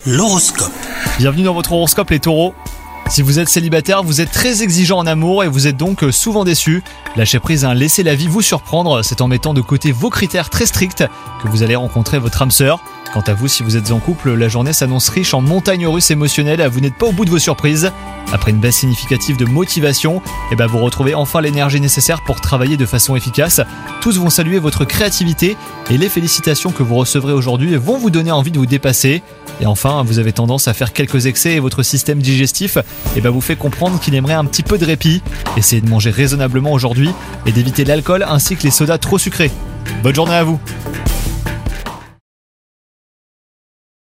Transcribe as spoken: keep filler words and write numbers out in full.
L'horoscope. Bienvenue dans votre horoscope les taureaux. Si vous êtes célibataire, vous êtes très exigeant en amour et vous êtes donc souvent déçu. Lâchez prise, hein, laissez la vie vous surprendre. C'est en mettant de côté vos critères très stricts que vous allez rencontrer votre âme sœur. Quant à vous, si vous êtes en couple, la journée s'annonce riche en montagnes russes émotionnelles. Vous n'êtes pas au bout de vos surprises. Après une baisse significative de motivation, eh ben vous retrouvez enfin l'énergie nécessaire pour travailler de façon efficace. Tous vont saluer votre créativité et les félicitations que vous recevrez aujourd'hui vont vous donner envie de vous dépasser. Et enfin, vous avez tendance à faire quelques excès et votre système digestif eh ben vous fait comprendre qu'il aimerait un petit peu de répit. Essayez de manger raisonnablement aujourd'hui et d'éviter l'alcool ainsi que les sodas trop sucrés. Bonne journée à vous!